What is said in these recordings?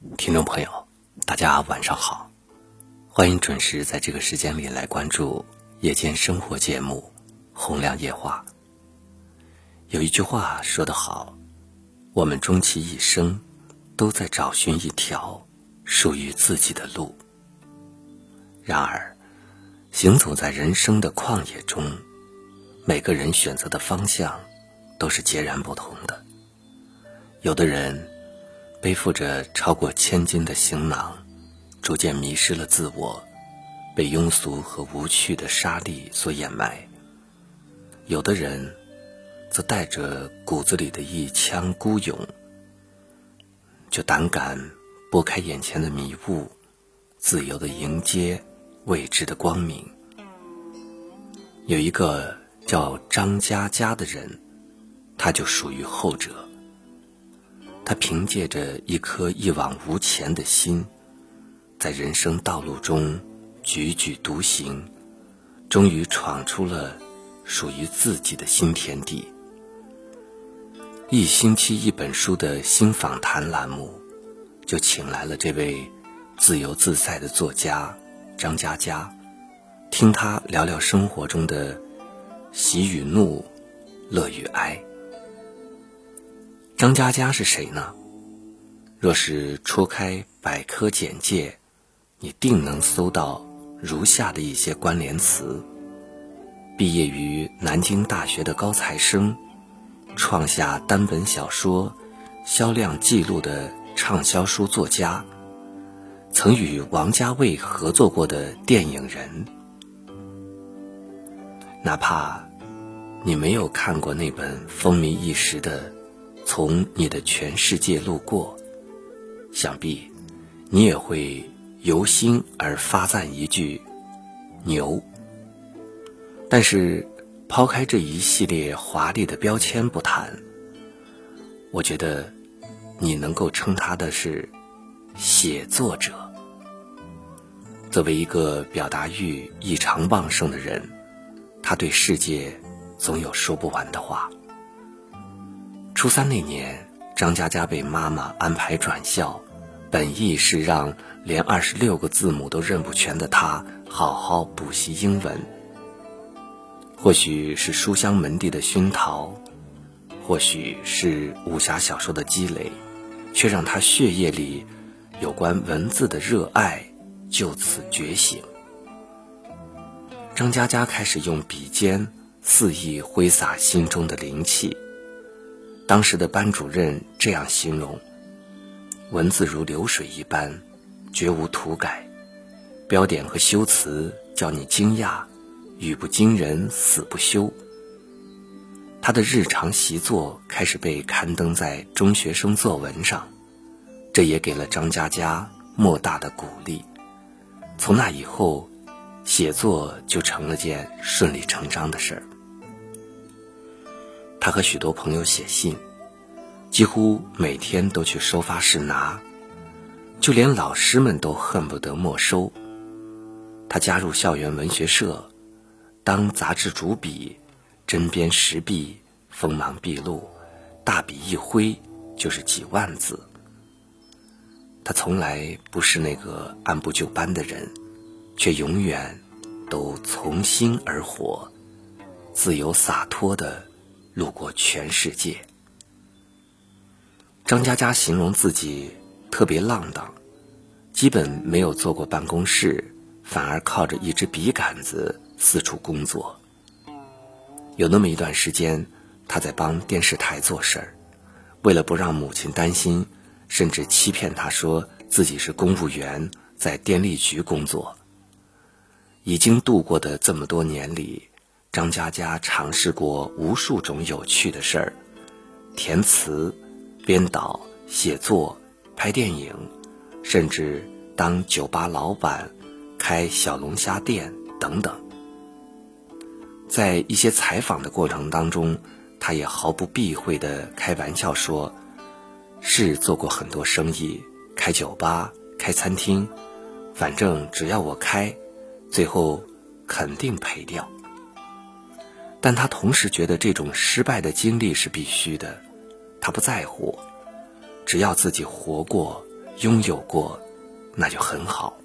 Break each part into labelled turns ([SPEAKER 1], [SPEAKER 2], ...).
[SPEAKER 1] 听众朋友，大家晚上好，欢迎准时在这个时间里来关注夜间生活节目《洪亮夜话》。有一句话说得好，我们终其一生都在找寻一条属于自己的路。然而，行走在人生的旷野中，每个人选择的方向都是截然不同的。有的人背负着超过1000斤的行囊，逐渐迷失了自我，被庸俗和无趣的沙砾所掩埋。有的人则带着骨子里的一腔孤勇，就胆敢拨开眼前的迷雾，自由地迎接未知的光明。有一个叫张嘉佳的人，他就属于后者。他凭借着一颗一往无前的心，在人生道路中踽踽独行，终于闯出了属于自己的新天地。一星期一本书的新访谈栏目，就请来了这位自由自在的作家张嘉佳，听他聊聊生活中的喜与怒、乐与哀。张嘉佳是谁呢？若是戳开百科简介，你定能搜到如下的一些关联词：毕业于南京大学的高材生，创下单本小说销量纪录的畅销书作家，曾与王家卫合作过的电影人。哪怕你没有看过那本风靡一时的从你的全世界路过，想必你也会由心而发赞一句牛。但是抛开这一系列华丽的标签不谈，我觉得你能够称他的是写作者。作为一个表达欲异常旺盛的人，他对世界总有说不完的话。初3那年，张嘉佳被妈妈安排转校，本意是让连26个字母都认不全的他好好补习英文。或许是书香门第的熏陶，或许是武侠小说的积累，却让他血液里有关文字的热爱就此觉醒。张嘉佳开始用笔尖肆意挥洒心中的灵气。当时的班主任这样形容：文字如流水一般，绝无涂改，标点和修辞叫你惊讶，语不惊人死不休。他的日常习作开始被刊登在中学生作文上，这也给了张嘉佳莫大的鼓励。从那以后，写作就成了件顺理成章的事儿。他和许多朋友写信，几乎每天都去收发室拿，就连老师们都恨不得没收。他加入校园文学社，当杂志主笔，针砭时弊，锋芒毕露，大笔一挥就是几万字。他从来不是那个按部就班的人，却永远都从心而活，自由洒脱地路过全世界。张嘉佳形容自己特别浪荡，基本没有坐过办公室，反而靠着一支笔杆子四处工作。有那么一段时间，他在帮电视台做事儿，为了不让母亲担心，甚至欺骗他说自己是公务员，在电力局工作。已经度过的这么多年里，张嘉佳尝试过无数种有趣的事儿，填词、编导、写作、拍电影，甚至当酒吧老板、开小龙虾店等等。在一些采访的过程当中，他也毫不避讳地开玩笑说，是做过很多生意，开酒吧、开餐厅，反正只要我开，最后肯定赔掉。但他同时觉得这种失败的经历是必须的，他不在乎，只要自己活过， 拥有过，那就很好。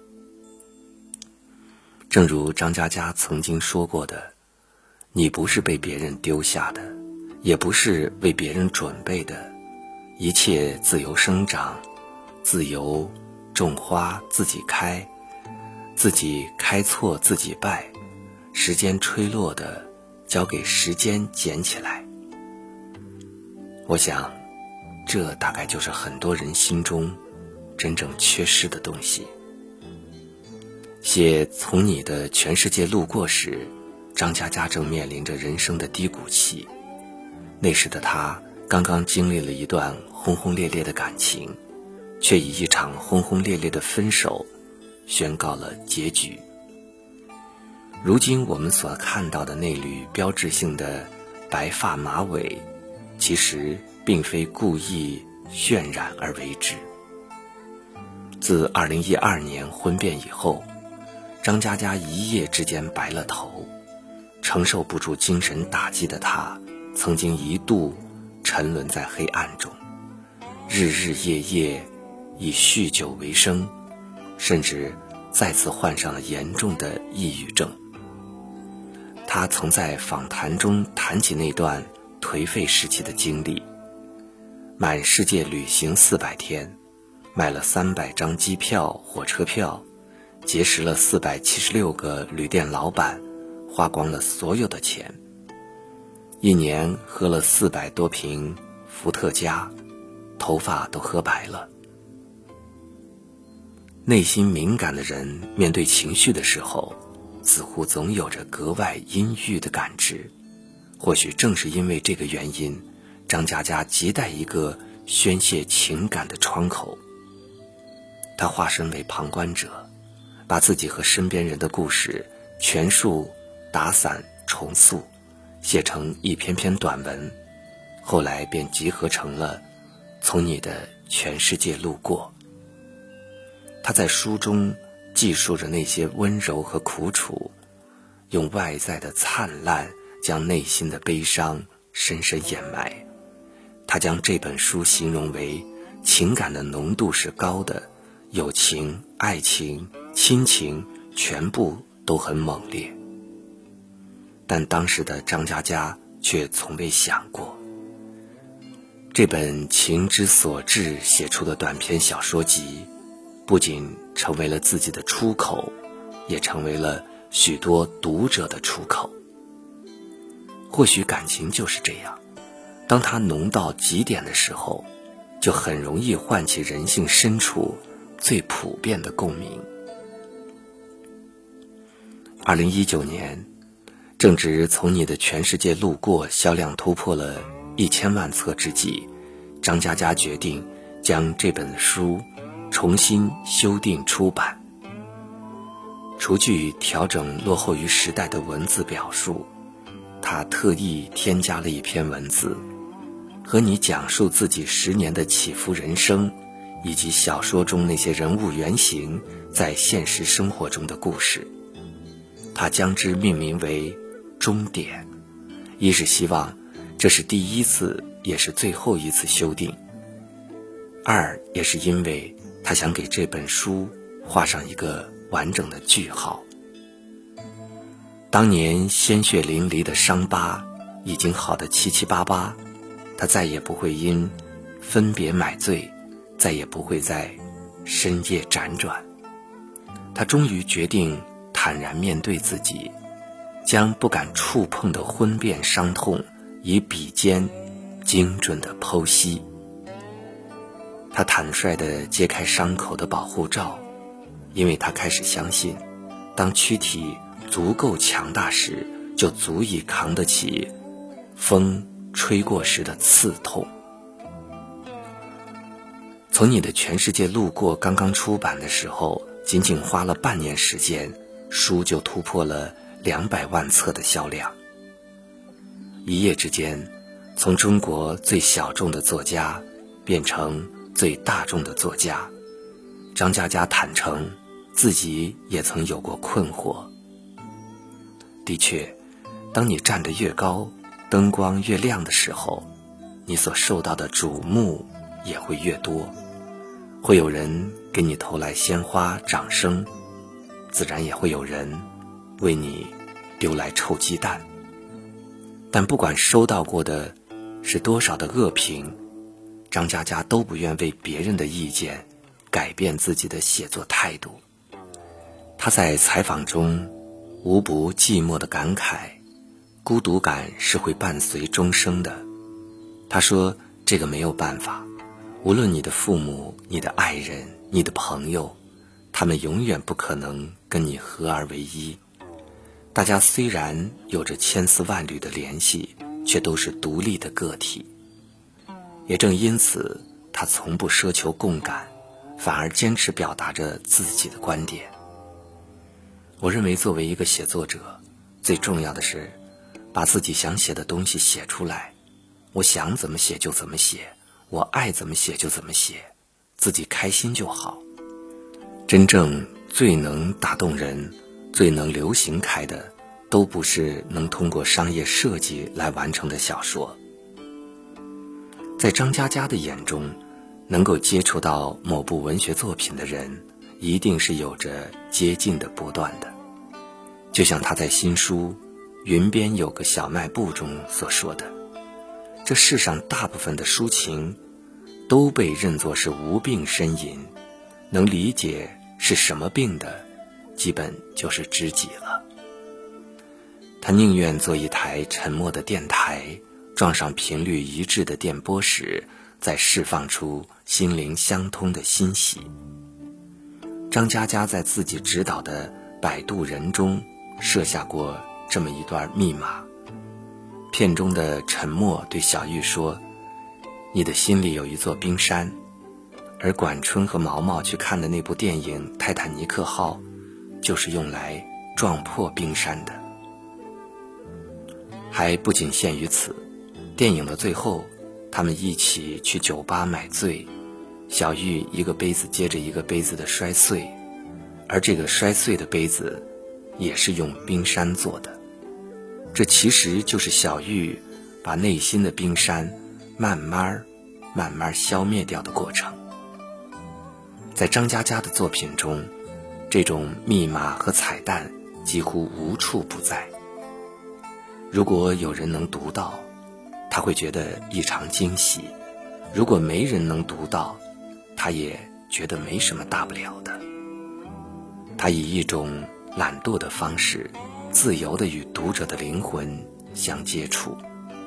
[SPEAKER 1] 正如张嘉佳曾经说过的，你不是被别人丢下的，也不是为别人准备的，一切自由生长，自由种花自己开，自己开错自己败，时间吹落的交给时间捡起来。我想这大概就是很多人心中真正缺失的东西。写从你的全世界路过时，张嘉佳正面临着人生的低谷期。那时的他刚刚经历了一段轰轰烈烈的感情，却以一场轰轰烈烈的分手宣告了结局。如今我们所看到的那缕标志性的白发马尾，其实并非故意渲染而为之。自2012年婚变以后，张嘉佳一夜之间白了头，承受不住精神打击的他，曾经一度沉沦在黑暗中，日日夜夜以酗酒为生，甚至再次患上了严重的抑郁症。他曾在访谈中谈起那段颓废时期的经历，满世界旅行400天，买了300张机票、火车票，结识了476个旅店老板，花光了所有的钱。一年喝了400多瓶伏特加，头发都喝白了。内心敏感的人面对情绪的时候，似乎总有着格外阴郁的感知。或许正是因为这个原因，张嘉佳亟待一个宣泄情感的窗口。他化身为旁观者，把自己和身边人的故事全数打散重塑，写成一篇篇短文，后来便集合成了从你的全世界路过。他在书中记述着那些温柔和苦楚，用外在的灿烂将内心的悲伤深深掩埋。他将这本书形容为情感的浓度是高的，友情、爱情、亲情全部都很猛烈。但当时的张嘉佳却从未想过，这本情之所至写出的短篇小说集，不仅成为了自己的出口，也成为了许多读者的出口。或许感情就是这样，当它浓到极点的时候，就很容易唤起人性深处最普遍的共鸣。2019年，正值从你的全世界路过销量突破了1000万册之际，张嘉佳决定将这本书重新修订出版。除去调整落后于时代的文字表述，他特意添加了一篇文字，和你讲述自己10年的起伏人生，以及小说中那些人物原型在现实生活中的故事。他将之命名为终点，一是希望这是第一次也是最后一次修订，二也是因为他想给这本书画上一个完整的句号。当年鲜血淋漓的伤疤已经好得七七八八，他再也不会因分别买醉，再也不会在深夜辗转。他终于决定坦然面对自己，将不敢触碰的婚变伤痛以笔尖精准地剖析。他坦率地揭开伤口的保护罩，因为他开始相信，当躯体足够强大时，就足以扛得起风吹过时的刺痛。从你的全世界路过刚刚出版的时候，仅仅花了半年时间，书就突破了200万册的销量。一夜之间，从中国最小众的作家变成最大众的作家。张嘉佳坦诚自己也曾有过困惑。的确，当你站得越高，灯光越亮的时候，你所受到的瞩目也会越多。 会有人给你投来鲜花掌声，自然也会有人为你丢来臭鸡蛋。但不管收到过的是多少的恶评，张嘉佳都不愿为别人的意见改变自己的写作态度。他在采访中无不寂寞的感慨，孤独感是会伴随终生的。他说，这个没有办法，无论你的父母、你的爱人、你的朋友，他们永远不可能跟你合而为一。大家虽然有着千丝万缕的联系，却都是独立的个体。也正因此，他从不奢求共感，反而坚持表达着自己的观点。我认为作为一个写作者，最重要的是把自己想写的东西写出来。我想怎么写就怎么写，我爱怎么写就怎么写，自己开心就好。真正最能打动人、最能流行开的，都不是能通过商业设计来完成的小说。在张嘉佳的眼中，能够接触到某部文学作品的人，一定是有着接近的波段的。就像他在新书《云边有个小卖部》中所说的，这世上大部分的抒情都被认作是无病呻吟，能理解是什么病的，基本就是知己了。他宁愿做一台沉默的电台，撞上频率一致的电波时，再释放出心灵相通的欣喜。张嘉佳在自己指导的《摆渡人》中设下过这么一段密码。片中的沉默对小玉说，你的心里有一座冰山，而管春和毛毛去看的那部电影《泰坦尼克号》就是用来撞破冰山的。还不仅限于此，电影的最后，他们一起去酒吧买醉，小玉一个杯子接着一个杯子的摔碎，而这个摔碎的杯子也是用冰山做的。这其实就是小玉把内心的冰山慢慢消灭掉的过程。在张嘉佳的作品中，这种密码和彩蛋几乎无处不在。如果有人能读到，他会觉得异常惊喜；如果没人能读到，他也觉得没什么大不了的。他以一种懒惰的方式，自由地与读者的灵魂相接触。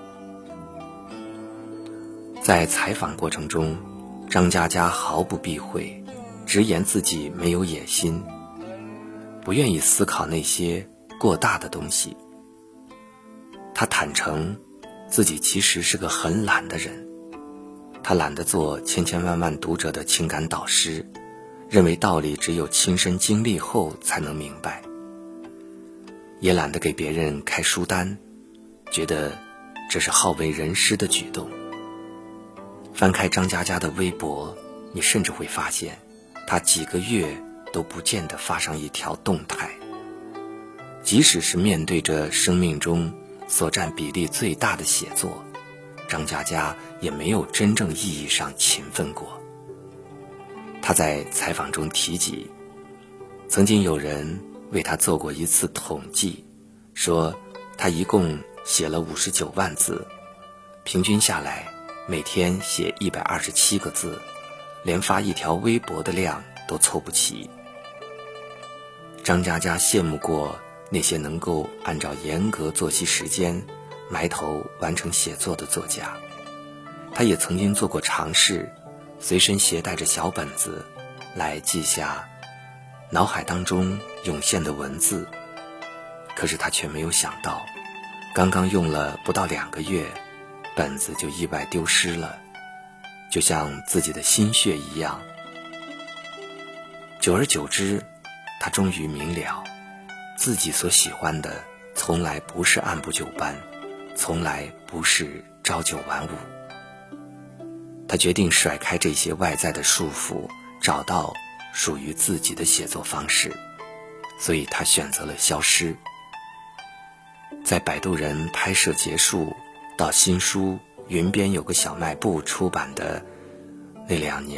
[SPEAKER 1] 在采访过程中，张嘉佳毫不避讳，直言自己没有野心，不愿意思考那些过大的东西。他坦诚自己其实是个很懒的人，他懒得做千千万万读者的情感导师，认为道理只有亲身经历后才能明白，也懒得给别人开书单，觉得这是好为人师的举动。翻开张嘉佳的微博，你甚至会发现，他几个月都不见得发上一条动态。即使是面对着生命中所占比例最大的写作，张嘉佳也没有真正意义上勤奋过。他在采访中提及，曾经有人为他做过一次统计，说他一共写了59万字，平均下来每天写127个字，连发一条微博的量都凑不齐。张嘉佳羡慕过那些能够按照严格作息时间埋头完成写作的作家，他也曾经做过尝试，随身携带着小本子来记下脑海当中涌现的文字。可是他却没有想到，刚刚用了不到2个月，本子就意外丢失了，就像自己的心血一样。久而久之，他终于明了，自己所喜欢的从来不是按部就班，从来不是朝九晚五。他决定甩开这些外在的束缚，找到属于自己的写作方式，所以他选择了消失。在《摆渡人》拍摄结束到新书《云边有个小卖部》出版的那2年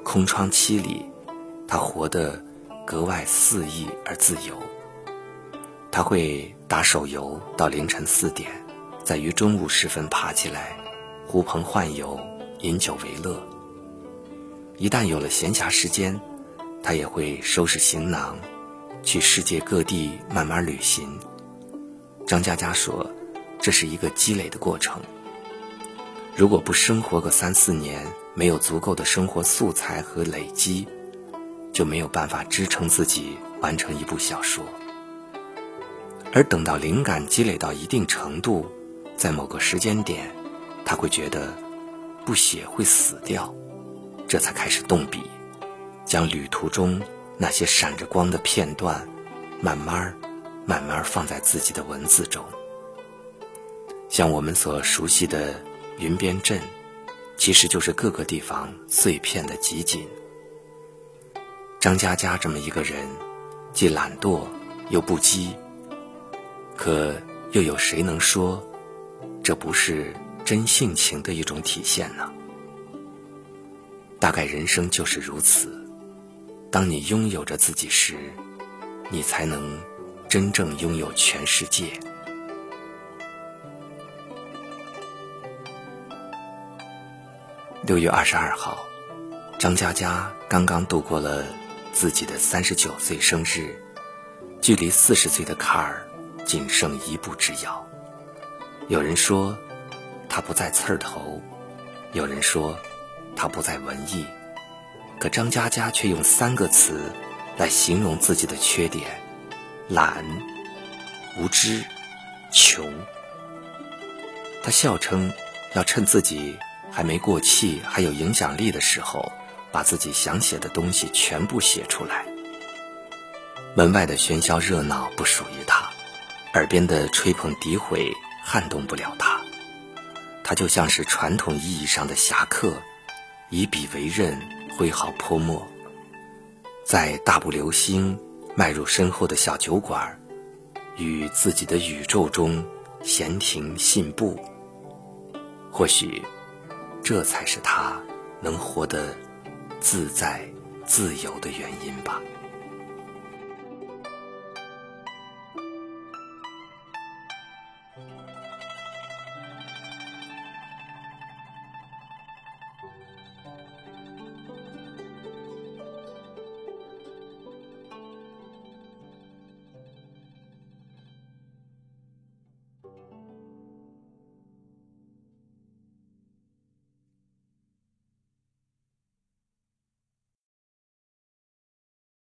[SPEAKER 1] 空窗期里，他活得格外肆意而自由。他会打手游到凌晨4点，再于中午时分爬起来，呼朋唤友，饮酒为乐。一旦有了闲暇时间，他也会收拾行囊，去世界各地慢慢旅行。张嘉佳说，这是一个积累的过程。如果不生活个3、4年，没有足够的生活素材和累积，就没有办法支撑自己完成一部小说。而等到灵感积累到一定程度，在某个时间点，他会觉得不写会死掉，这才开始动笔，将旅途中那些闪着光的片段慢慢放在自己的文字中。像我们所熟悉的云边镇，其实就是各个地方碎片的集锦。张嘉佳这么一个人，既懒惰又不羁，可又有谁能说这不是真性情的一种体现呢？大概人生就是如此，当你拥有着自己时，你才能真正拥有全世界。6月22号，张嘉佳刚刚度过了自己的39岁生日，距离40岁的坎儿仅剩一步之遥。有人说他不在刺儿头，有人说他不在文艺，可张嘉佳却用3个词来形容自己的缺点：懒、无知、穷。他笑称要趁自己还没过气还有影响力的时候，把自己想写的东西全部写出来。门外的喧嚣热闹不属于他，耳边的吹捧诋毁撼动不了他。他就像是传统意义上的侠客，以笔为刃，挥毫泼墨，在大步流星迈入身后的小酒馆，与自己的宇宙中闲庭信步。或许这才是他能活得自在自由的原因吧。